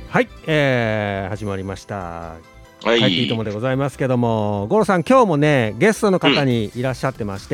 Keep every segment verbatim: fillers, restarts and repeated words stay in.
はい、えー、始まりました。 はい、 帰っていいともでございますけども、五郎さん今日もねゲストの方にいらっしゃってまして、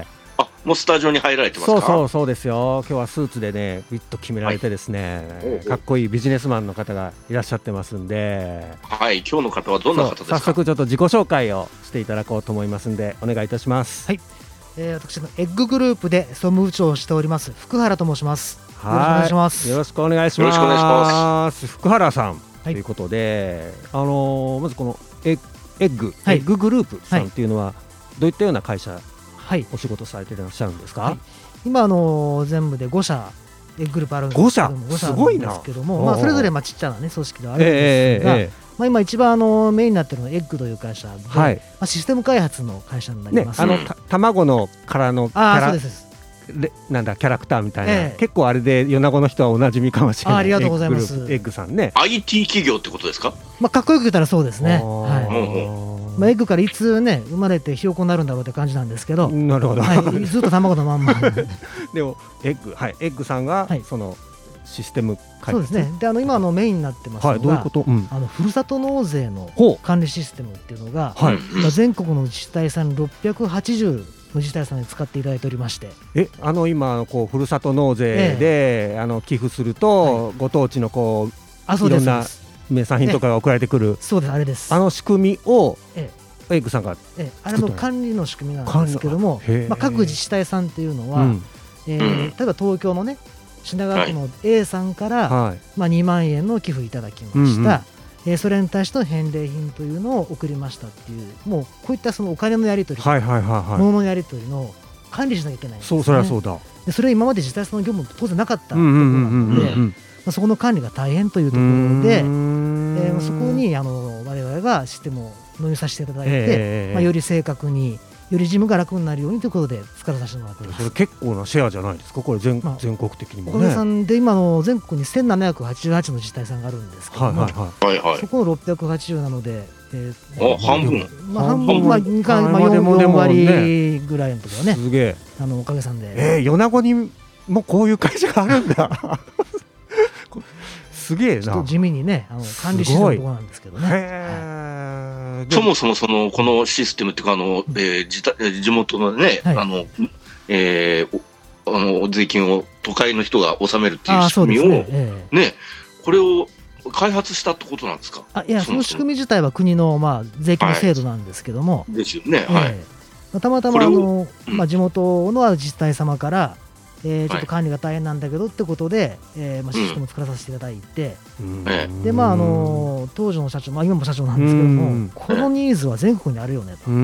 うん、あ、もうスタジオに入られてますか？ そうそうそうですよ。今日はスーツでねビッと決められてですね、はい、かっこいいビジネスマンの方がいらっしゃってますんで、 はい、今日の方はどんな方ですか？ 早速ちょっと自己紹介をしていただこうと思いますんでお願いいたします。 はい、えー、私のエッググループで総務部長をしております福原と申します。よろしくお願いします。 よろしくお願いします。よろしくお願いします。福原さん、はい、ということで、あのー、まずこのエッエッグ、はい、エッググループさんっていうのはどういったような会社、はい、お仕事されていらっしゃるんですか？はい、 今、あのー、全部でご社エッググループあるんですけども、 ご社、ご社すごいな。 ですけども、まあ、それぞれまあちっちゃな、ね、組織ではあるんですが、えーえーまあ、今一番あのメインになっているのはエッグという会社で、はい、まあ、システム開発の会社になります、 ね、あのた卵の殻のキャラ、あ、そうですですなんだキャラクターみたいな、ええ、結構あれで米子の人はおなじみかもしれない。 あ, ありがとうございます。 エッグさんね、 アイティー 企業ってことですか？ まあ、かっこよく言ったらそうですね、はい、まあ、エッグからいつね生まれてひよこになるんだろうって感じなんですけど、 なるほど、 はい、ずっと卵のまんまでもエッグ、はい、エッグさんが、はい、そのシステム開発、 そうですね。で、あの今のメインになってますのが、はい、 どういうこと？うん、 あのふるさと納税の管理システムっていうのが、はい、今全国の自治体さんろっぴゃくはちじゅうの自治体さんに使っていただいておりまして、 え、あの今こうふるさと納税で、えー、あの寄付すると、はい、ご当地のこうあそうですいろんな名産品とかが送られてくる、 そうです、あれです。 あの仕組みを、えー、エッグさんが作ったの？ えー、あれの管理の仕組みなんですけども、まあ、各自治体さんっていうのは、うん、えー、例えば東京のね品川区の A さんから、はい、まあ、にまんえんの寄付いただきました、うんうん、えー、それに対しての返礼品というのを送りましたっていう、もうこういったそのお金のやり取り、はいはいはいはい、物のやり取りの管理しなきゃいけないんですね。 そう、それはそうだ。 でそれは今まで自治体さんの業務当然なかったところなので、まあ、そこの管理が大変というところで、えー、そこにあの我々がシステムを導入させていただいて、えーまあ、より正確により事務が楽になるようにということで使わさせてもらっています。 それ結構なシェアじゃないですかこれ 全,、まあ、全国的にもね。 おかげさんで今の全国にせんななひゃくはちじゅうはちの自治体さんがあるんですけども、はいはいはい、そこのろっぴゃくはちじゅうなので、えー、半分、 まあ、半分、まあ、にかい、まあ、よんわりぐらいのところはね、 すげえ、 あのおかげさんで、 えー、米子にもこういう会社があるんだすげえな。ちょっと地味にねあの管理してるところなんですけどね。 はい、そもそもそのこのシステムっていうかあの、えー、地, 地元のね、はい、あのえー、あの税金を都会の人が納めるっていう仕組みを ね, えー、ねこれを開発したってことなんですか？ あいや、その仕組み自体は国の、まあ、税金の制度なんですけども、 はい、ですよね、はい、 えー、たまたまあの、まあ、地元の自治体様からえー、ちょっと管理が大変なんだけどってことで、えーまあ、システムを作らさせていただいて、うん、でまああの当時の社長、まあ、今も社長なんですけども、うん、このニーズは全国にあるよねと、うん、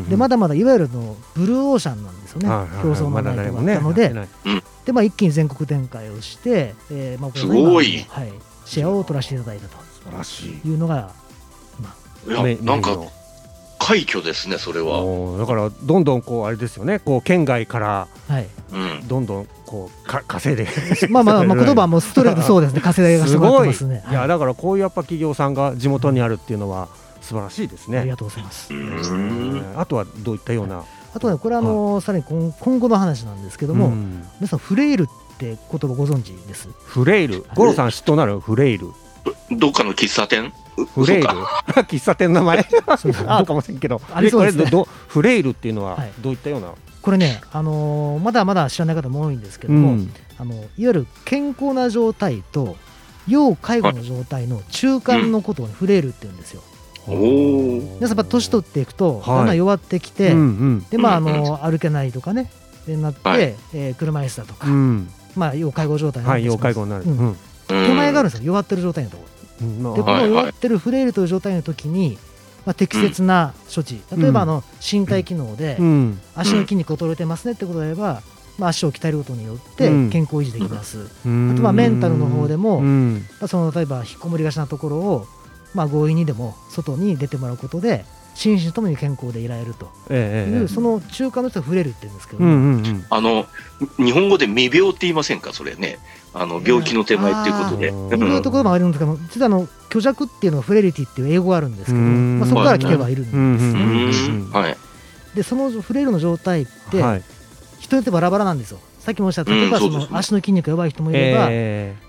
でまだまだいわゆるのブルーオーシャンなんですよね、競争のないところがあったので、まね、でまあ、一気に全国展開をして、えーまあ、これすごい、 はい、シェアを取らせていただいたというのが今、いやなんか快挙ですねそれは。 だからどんどんこうあれですよね、こう県外から、はい、どんどんこうか稼いでまあまあまあ言葉もストレートそうですね、稼いでしてもらってますね。 すごい、いやだからこういうやっぱ企業さんが地元にあるっていうのは素晴らしいですね。 ありがとうございます。 あとはどういったような、 あとは、ね、これはあの、はい、さらに今後の話なんですけども、皆さんフレイルって言葉ご存知です？ フレイル、五郎さん知っとなる？フレイルどっかの喫茶店？ フレイル喫茶店の名前あるかもしれんけど、ありそうですね。フレイルっていうのはどういったような、はい、 これね、あのー、まだまだ知らない方も多いんですけども、うん、あのいわゆる健康な状態と要介護の状態の中間のことを、ね、フレイルって言うんですよ。皆さんやっぱ年取っていくとだんだん弱ってきて、はい、うんうん、でまああの歩けないとかねでなって、はい、えー、車椅子だとか、うん、まあ要介護状態になってしまう、はい、要介護になる、うん、手前があるんですよ、弱ってる状態のところ。でこの弱ってるフレイルという状態の時に、まあ、適切な処置、例えばあの身体機能で足の筋肉衰えてますねってことであれば、まあ、足を鍛えることによって健康維持できます。あとはメンタルの方でも、まあ、その例えば引っこもりがちなところを、まあ、強引にでも外に出てもらうことで心身ともに健康でいられるという、ええ、その中間の人がフレイルって言うんですけど、うんうんうん、 あの日本語で未病って言いませんかそれね、あの病気の手前っていうことで、 そういうところもあるんですけど、実はあの虚弱っていうのはフレリティっていう英語があるんですけど、まあ、そこから来てはいるんですね。はい、でそのフレイルの状態って、はい、人によってバラバラなんですよ。さっきもおっしゃった例えばその足の筋肉が弱い人もいれば、えー、その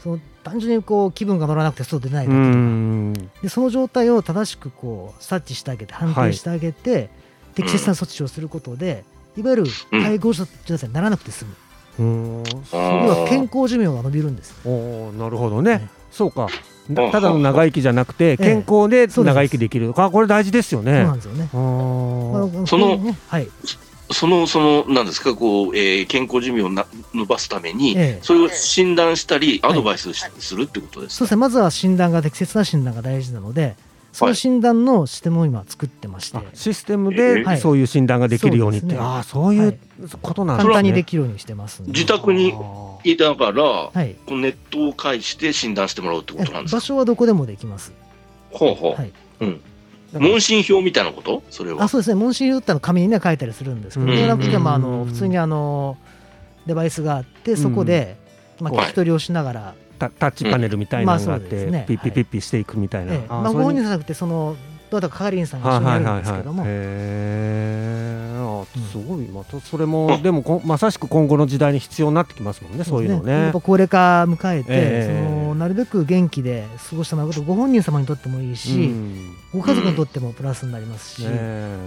単純にこう気分が乗らなくて外出ないだけとかで、その状態を正しくこう察知してあげて判定してあげて、はい、適切な措置をすることでいわゆる介護状態にならなくて済む、うん、要は健康寿命が伸びるんです。 おなるほど ね, ねそうか、ただの長生きじゃなくて健康で長生きできる、ええ、これ大事ですよね。 そうなんですよね。 あその、はい、そのそのなんですかこう、えー、健康寿命をな伸ばすために、ええ、それを診断したりアドバイスし、はい、するってことですか。 そうですね、まずは診断が適切な診断が大事なので、その診断のシステムを今作ってまして、はい、 システムでそういう診断ができるようにって、はい、あそういうことなんですね。 簡単にできるようにしてますんで、 自宅にいながら、はい、このネットを介して診断してもらうってことなんですか。 場所はどこでもできます。 ほうほう、はい、うん、問診票みたいなこと。それはあそうですね、問診票っての紙にね書いたりするんですけど、なくてもあの普通にあのデバイスがあって、そこで、まあ、聞き取りをしながら、 タ, タッチパネルみたいなのがあって、うんまあね、ピッピッピッピしていくみたいな、はい、 まあ、ご本人じゃなくてそのどうだか係員さんが一緒にやるんですけども、へえ、すごい、またそれも、うん、でもこまさしく今後の時代に必要になってきますもんね、そういうのね。 やっぱ高齢化迎えて、えー、そのなるべく元気で過ごしてもらうこと、ご本人様にとってもいいし、うん、ご家族にとってもプラスになりますし、うん、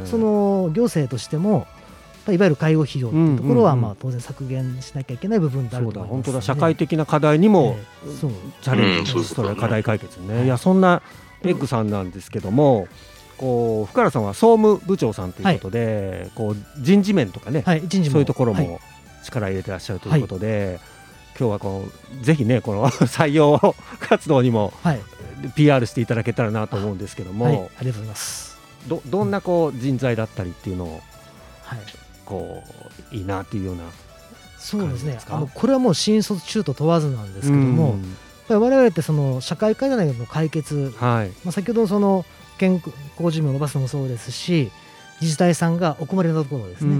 その行政としてもいわゆる介護費用というところはまあ当然削減しなきゃいけない部分であると思います、ね。そうだ、本当だ、 社会的な課題にもチャレンジする課題解決ね。いや、そんなエッグさんなんですけども、こう福原さんは総務部長さんということで、はい、こう人事面とかね、はい、そういうところも力入れてらっしゃるということで、はい、今日はこうぜひねこの採用活動にも ピーアール していただけたらなと思うんですけども、 はい、ありがとうございます。 ど, どんなこう人材だったりっていうのを、はい、こういいなっていうような。 そうですね、あのこれはもう新卒中途問わずなんですけども、やっぱり我々ってその社会課題の解決、はい、まあ、先ほどその健康寿命を伸ばすのもそうですし、自治体さんがお困りのところですね、うん、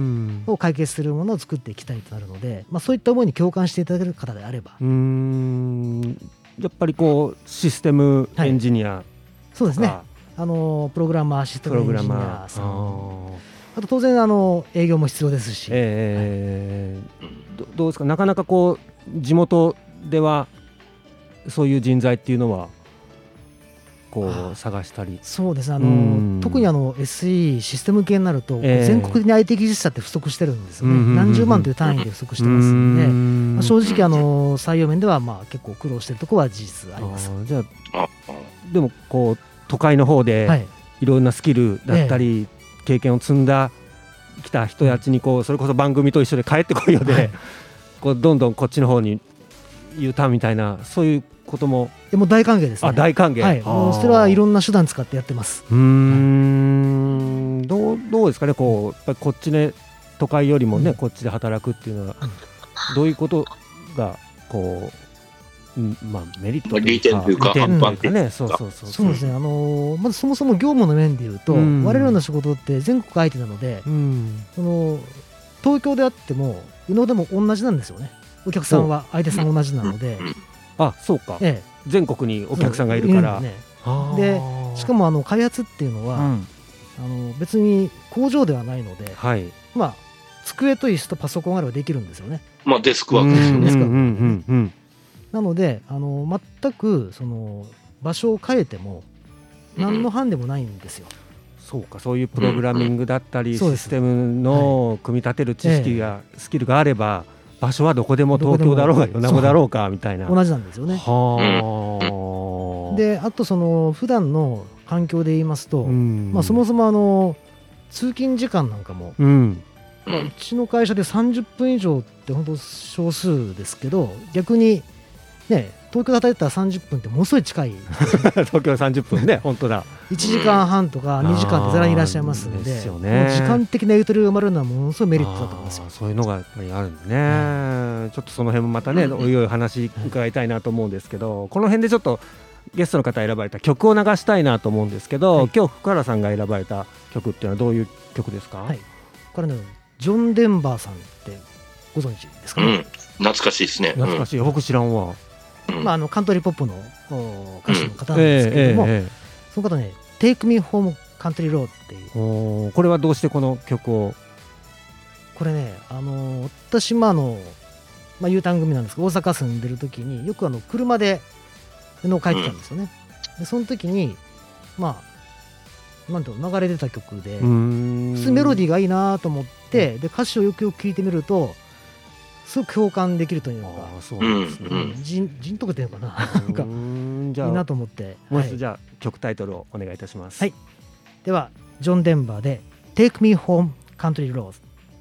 を解決するものを作っていきたいとなるので、まあ、そういった思いに共感していただける方であれば、 うーん、やっぱりこうシステムエンジニア、はい、 そうですね、あのプログラマー、システムエンジニアさん、あと当然あの営業も必要ですし、えーはい、ど, どうですか、なかなかこう地元ではそういう人材っていうのはこう探したり。 そうですね、あの特にあの エスイー システム系になると、えー、全国的に アイティー 技術者って不足してるんですよね。何十万という単位で不足してますので、まあ、正直あの採用面ではまあ結構苦労してるところは事実あります。 あじゃあでもこう都会の方でいろんなスキルだったり、えー、経験を積んだきた人たちにこうそれこそ番組と一緒で帰ってこいよで、はい、こうどんどんこっちの方に U ターンみたいなそういうことももう大歓迎ですね。 あ大歓迎、 はい、もうそれはいろんな手段使ってやってます。 うーん、はい、どうどうですかね、こうやっぱりこっちね都会よりもね、うん、こっちで働くっていうのは、うん、どういうことがこう、うん、まあメリットというか利点というか反発点ね、そうそうそうそうですね、あのー、まずそもそも業務の面でいうと、うん、我々の仕事って全国相手なので、うん、その東京であっても宇野でも同じなんですよね。お客さんは相手さん同じなので、うんうん、 あそうか、ええ、全国にお客さんがいるから、ね、 でしかもあの開発っていうのは、うん、あの別に工場ではないので、はい、まあ、机と椅子とパソコンがあればできるんですよね。 まあ、デスクワークですよね。デスクワーク、ね、 なのであの全くその場所を変えても何のハンデもないんですよ。 うん、そうか、そういうプログラミングだったり、うん、システムの組み立てる知識や、はい、スキルがあれば場所はどこでも東京だろうが米子だろうかみたいな同じなんですよね。はであとその普段の環境で言いますと、まあ、そもそもあの通勤時間なんかも、うんまあ、うちの会社でさんじゅっぷん以上って本当少数ですけど、逆にね東京で働いたらさんじゅっぷんってものすごい近い東京さんじゅっぷんね本当だいちじかんはんとかにじかんってざらにいらっしゃいますの で, ですよ、ね、時間的なゆとりが生まれるのはものすごいメリットだと思いますよ。 そういうのがやっぱりあるんでね、うん、ちょっとその辺もまたねおいおい話伺いたいなと思うんですけど、この辺でちょっとゲストの方選ばれた曲を流したいなと思うんですけど、はい、今日福原さんが選ばれた曲っていうのはどういう曲ですか？はい、 これねジョン・デンバーさんってご存知ですかね？うん、 懐かしいですね。 懐かしい、うん、僕知らんわ。 まあ、あのカントリーポップの歌手の方なんですけれども、うんえーえー、その方ね Take Me Home Country Road っていう。 おこれはどうしてこの曲を？ これね、あのー、私、まああのまあ、U ターン組なんですけど大阪住んでる時によくあの車でのを書いてたんですよね。でその時にまあなんていうの流れてた曲で、普通メロディーがいいなと思って、で歌詞をよくよく聞いてみるとすごく共感できるというか、 あそうなんですね、うん、 じんじんとくっていうのかななんかいいなと思って、 もう一度じゃあ曲タイトルをお願いいたします。 はい、ではジョン・デンバーで Take Me Home Country Roads。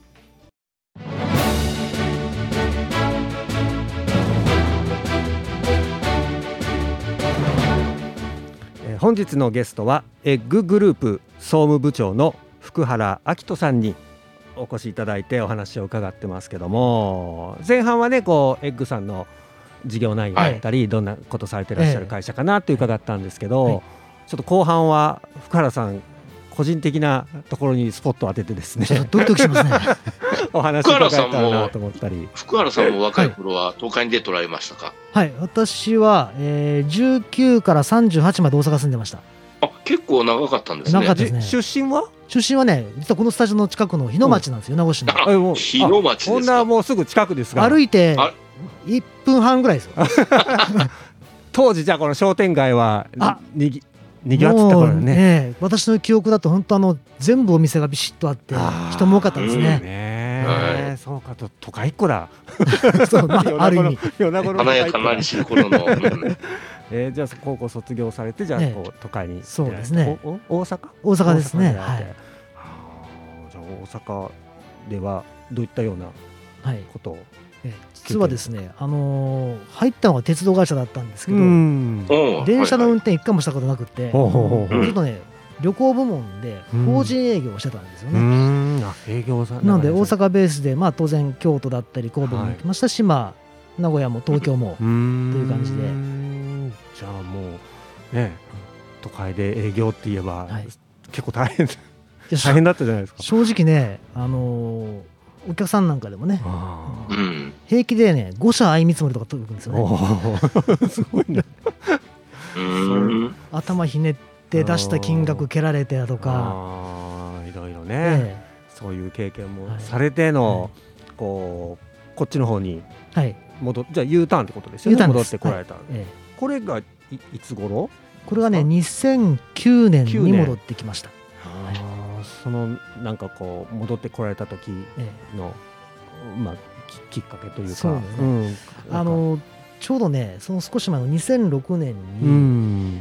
本日のゲストはエッググループ総務部長の福原明人さんにお越しいただいてお話を伺ってますけども、前半はねこうエッグさんの事業内容だったり、はい、どんなことされてらっしゃる会社かなって伺ったんですけど、はいはい、ちょっと後半は福原さん個人的なところにスポットを当ててですねドキドキしますねお話を伺えたらなと思ったり。 福原さんも若い頃は東海に出ておられましたか？ はい、私は、えー、じゅうきゅうからさんじゅうはちまで大阪住んでました。 あ、結構長かったんですね。 長かったですね。 出身は出身はね、実はこのスタジオの近くの日野町なんですよ、名護市の。 日野町ですか。 こんなもうすぐ近くですが、 歩いていっぷんはんぐらいですよ当時じゃあこの商店街はにぎにぎわってたからね。 ね、私の記憶だと本当あの全部お店がビシッとあって人も多かったですね。 ね、はい、そうかと都会っ子だそう、まあ、ある意味華やかなりしる頃のえー、じゃあ高校卒業されてじゃあこう、ね、都会に。 そうですね。 おお大阪大阪ですね。はい。 あ、じゃあ大阪ではどういったようなことを、はい、 え実はですね、あのー、入ったのが鉄道会社だったんですけど、電車の運転一回もしたことなくて、ちょっとね旅行部門で法人営業をしてたんですよね。 うんあ営業さんなので大阪ベースで、まあ、当然京都だったり神戸も行きましたし、はい、まあ、名古屋も東京もという感じで。 じゃあもうね都会で営業って言えば、はい、結構大変大変だったじゃないですか。 正直ね、あのー、お客さんなんかでもね、うん、平気でねご社相見積もりとか取るんですよね。 すごいね頭ひねって出した金額蹴られてだとか、 いろいろね、ええ、そういう経験もされての、はい、こうこっちの方に戻っ、はい、じゃあ U ターンってことですよね。戻ってこられた、はい、ええ、これが い, いつ頃？ これはねにせんきゅうねんに戻ってきました。 あ、そのなんかこう戻ってこられた時の、ええ、まあ、き, きっかけというか、そうですね、 うん、あのちょうどねその少し前のにせんろくねんに、うん、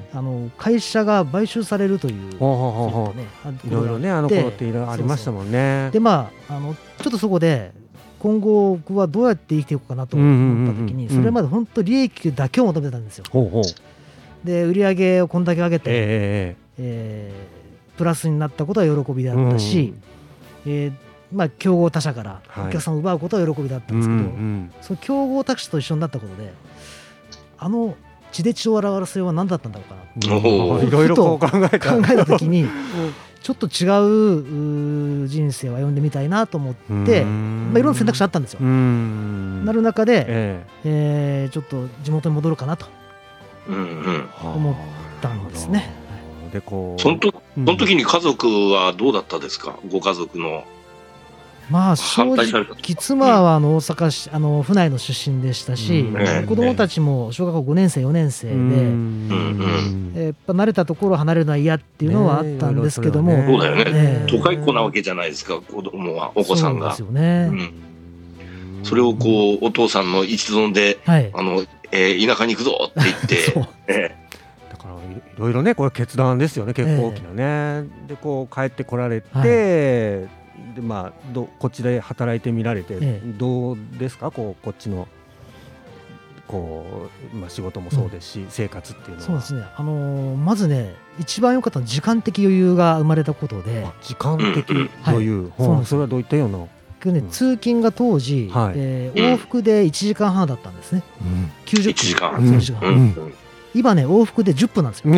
あの会社が買収されるという、 ほうね、いろいろねあの頃っていろいろありましたもんね。そうそうでまああのちょっとそこで今後僕はどうやって生きていこうかなと思った時に、それまで本当利益だけを求めてたんですよ。ほうほうで売り上げをこんだけ上げて、えーえー、プラスになったことは喜びだったし、うんえーまあ、競合他社からお客さんを奪うことは喜びだったんですけど、はいうんうん、その競合他社と一緒になったことであの血で血を洗わせは何だったんだろうかな、 うん、いろいろこう考えた考えた時にちょっと違う人生を歩んでみたいなと思って、まあ、いろんな選択肢あったんですよ。なる中で、えーえー、ちょっと地元に戻るかなと思ったんですね。 でこうその時、その時に家族はどうだったですか？ご家族の。 まあ正直妻はあの大阪市あの府内の出身でしたし、うん、子供たちも小学校ごねん生よねん生で、うん、やっぱ慣れたところを離れるのは嫌っていうのはあったんですけども、 ね、そうだよね、えー、都会っ子なわけじゃないですか子供はお子さんが。 そうですよね、 うん、それをこうお父さんの一存で、はい、あのえー、田舎に行くぞって言ってえー、だからいろいろねこれ決断ですよね結構大きなね、えー、でこう帰ってこられて、はいでまあ、どこっちで働いてみられて、ええ、どうですかこうこっちのこう、まあ、仕事もそうですし、うん、生活っていうのは。 そうですね、あのー、まずね一番良かったのは時間的余裕が生まれたことで。 時間的余裕、はい、そうそれはどういったような、ねうん、通勤が当時、はいえー、往復でいちじかんはんだったんですね、うん、きゅうじゅっぷんいちじかん、うんうん、今ね往復でじゅっぷんなんですよ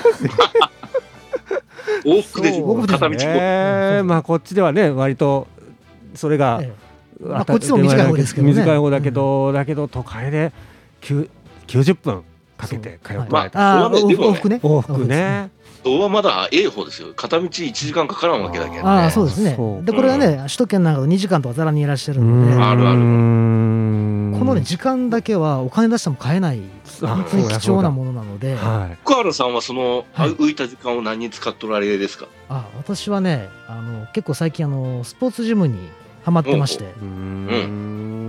往復で片道、 えーまあ、こっちではね割とそれが、ええまあ、こっちも短い方ですけどね短い方だけど、うん、だけど都会できゅうじゅっぷんかけて通ってられた、 まあ、往復ね往復ねそれはまだええ方ですよ。片道いちじかんかからんわけだけどね。 ああそうですね。でこれはね、うん、首都圏なんかにじかんとかざらにいらっしゃるので、 あるある。 この、ね、時間だけはお金出しても買えない本当に貴重なものなので、 はい、福原さんはその、はい、浮いた時間を何に使っておられですか？ あ、私はね、あの結構最近あのスポーツジムにハマってまして、うん、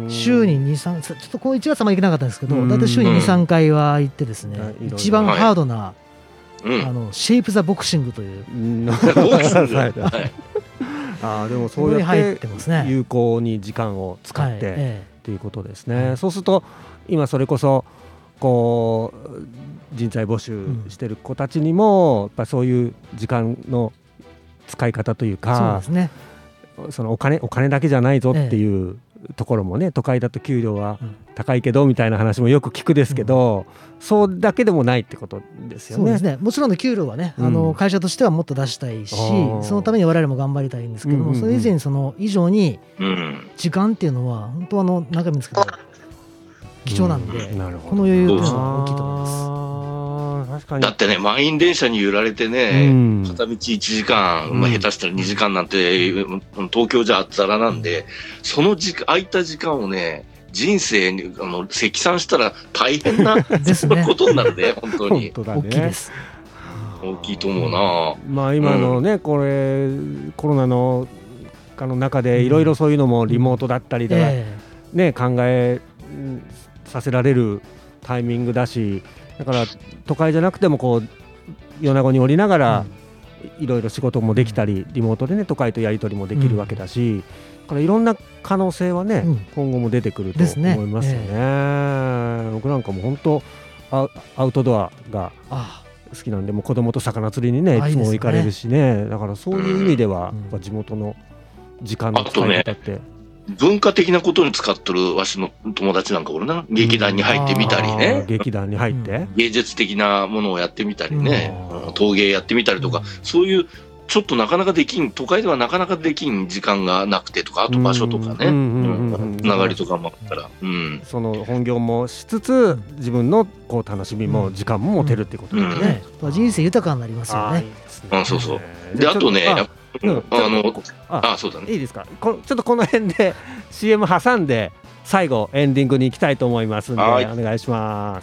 週にに、さん、ちょっとこういちがつまで行けなかったんですけど、だいたい週にに、さんかいは行ってですね、うん、一番ハードな、はい、あのシェイプ・ザ・ボクシングという、うん、 あでもそうやって有効に時間を使って、はい、ええということですね、はい、そうすると今それこそこう人材募集してる子たちにも、うん、やっぱそういう時間の使い方というか、そうですね、そのお金お金だけじゃないぞっていうところもね、ええ、都会だと給料は高いけどみたいな話もよく聞くですけど、うん、そうだけでもないってことですよね。 そうですね、もちろんの給料はね、うん、あの会社としてはもっと出したいし、そのために我々も頑張りたいんですけども、うんうんうん、それ以前にその以上に時間っていうのは本当あの中身ですけど貴重なんで、うん、なるほど、この余裕っていうのは大きいと思います。 確かにだってね、満員電車に揺られてね、うん、片道いちじかん、うん、まあ、下手したらにじかんなんて、うん、東京じゃあっざらなんで、その時空いた時間をね、人生にあの積算したら大変なですねことになるね、本当に。 本当だね、大きいです。 大きいと思うな。 まあ今のね、うん、これコロナのの中でいろいろそういうのもリモートだったりで、うんえー、ね、考えさせられるタイミングだし、だから都会じゃなくてもこう米子に降りながらいろいろ仕事もできたり、リモートでね都会とやり取りもできるわけだし、うん、だからいろんな可能性はね、うん、今後も出てくると思いますよね。えー、僕なんかも本当アウ、アウトドアが好きなんで、もう子供と魚釣りにねいつも行かれるしね、だからそういう意味では、うん、地元の時間の使い方って、 文化的なことに使っとるわしの友達なんかおるな。劇団に入ってみたりね、 劇団に入って芸術的なものをやってみたりね、陶芸やってみたりとか、そういうちょっとなかなかできん、都会ではなかなかできん時間がなくてとか、あと場所とかね、つながりとかもあったら、うん、 その本業もしつつ自分のこう楽しみも時間も持てるってことだよね、 うんうん、人生豊かになりますよね。 ああ、そうそう。で、あとね、うん、あのああそうだね、 いいですか、こちょっとこの辺で シーエム 挟んで最後エンディングに行きたいと思いますので、お願いします。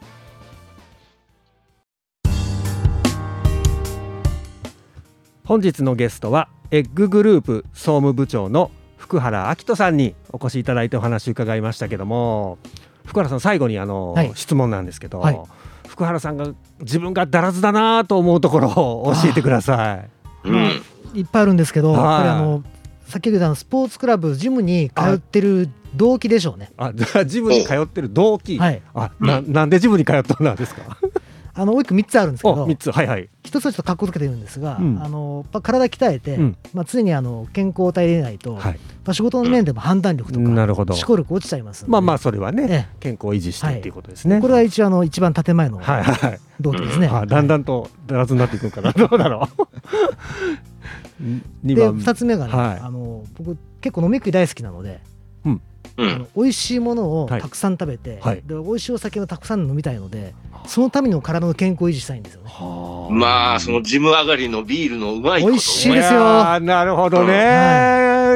本日のゲストはエッググループ総務部長の福原明人さんにお越しいただいてお話を伺いましたけども、福原さん、最後にあの、はい、質問なんですけど、はい、福原さんが自分がだらずだなと思うところを教えてください。 うん、いっぱいあるんですけど、やっぱりあのさっき言ったスポーツクラブジムに通ってる動機でしょうね。 ああ、ジムに通ってる動機、はい、あ な, なんでジムに通ったんですか？ あの大きくみっつあるんですけど、 みっつ、はいはい、 ひとつはちょっとかっこつけてるんですが、うん、あの体鍛えて、うんまあ、常にあの健康体でないと、はい、まあ、仕事の面でも判断力とか、なるほど、思考力落ちちゃいますので、 まあまあそれはね、ええ、健康を維持してっていうことですね、 はい、これは一応あの一番建前の動機ですね、 はいはい、うん、だんだんとだらずになっていくのかな、どうだろうでふたつめがね、はい、あの僕結構飲み食い大好きなので、うんうん、あの美味しいものをたくさん食べて、はい、で美味しいお酒をたくさん飲みたいので、そのための体の健康を維持したいんですよね。 まあそのジム上がりのビールのうまいこと、ね、 美味しいですよ。 なるほどね、はい、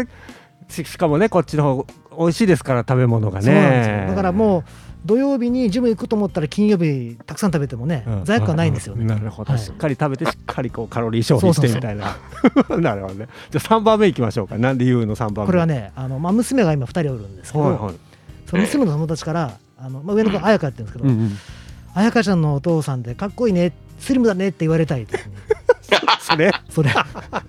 し, しかもねこっちの方美味しいですから、食べ物がね。 そうなんですよ。だからもう土曜日にジム行くと思ったら金曜日たくさん食べてもね、うん、罪悪はないんですよね、 うん、なるほど、はい、しっかり食べてしっかりこうカロリー消費してみたいな。なるほどね。じゃあさんばんめいきましょうか。なんで言うのさんばんめ。 これはね、あの、まあ、娘が今ふたりおるんですけど、はいはい、その娘の友達からあの、まあ、上の子彩香って言うんですけど、うんうん、彩香ちゃんのお父さんでかっこいいね、スリムだねって言われたいって、ね、 それそれ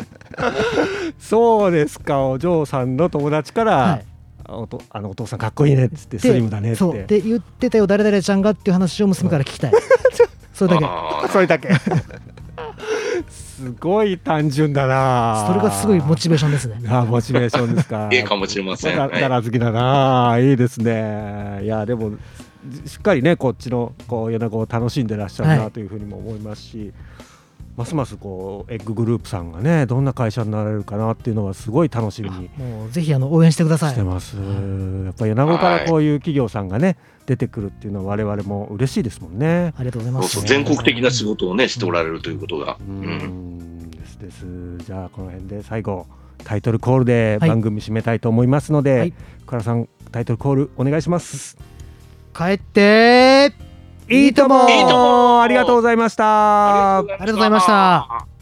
そうですか。お嬢さんの友達から、はい、お, とあのお父さんかっこいいねっつってスリムだねってそうで言ってたよ、誰々ちゃんがっていう話を娘から聞きたい。それだけそれだけすごい単純だな。 それがすごいモチベーションですね。 あ、モチベーションですか。 いいかもしれません。 だら好きだな、いいですね。いやでもしっかりねこっちのこう米子を楽しんでらっしゃるなというふうにも思いますし、はい、ますますこうエッググループさんがねどんな会社になれるかなっていうのはすごい楽しみにもうぜひあの応援してください。 してます。やっぱり米子からこういう企業さんがね出てくるっていうのは我々も嬉しいですもんね。 ありがとうございます。 そうそう、全国的な仕事をねしておられるということが、 うん、うん、ですです。じゃあこの辺で最後タイトルコールで番組締めたいと思いますので、はい、福原さんタイトルコールお願いします。 帰っていいとも。ありがとうございました。 ありがとうございました。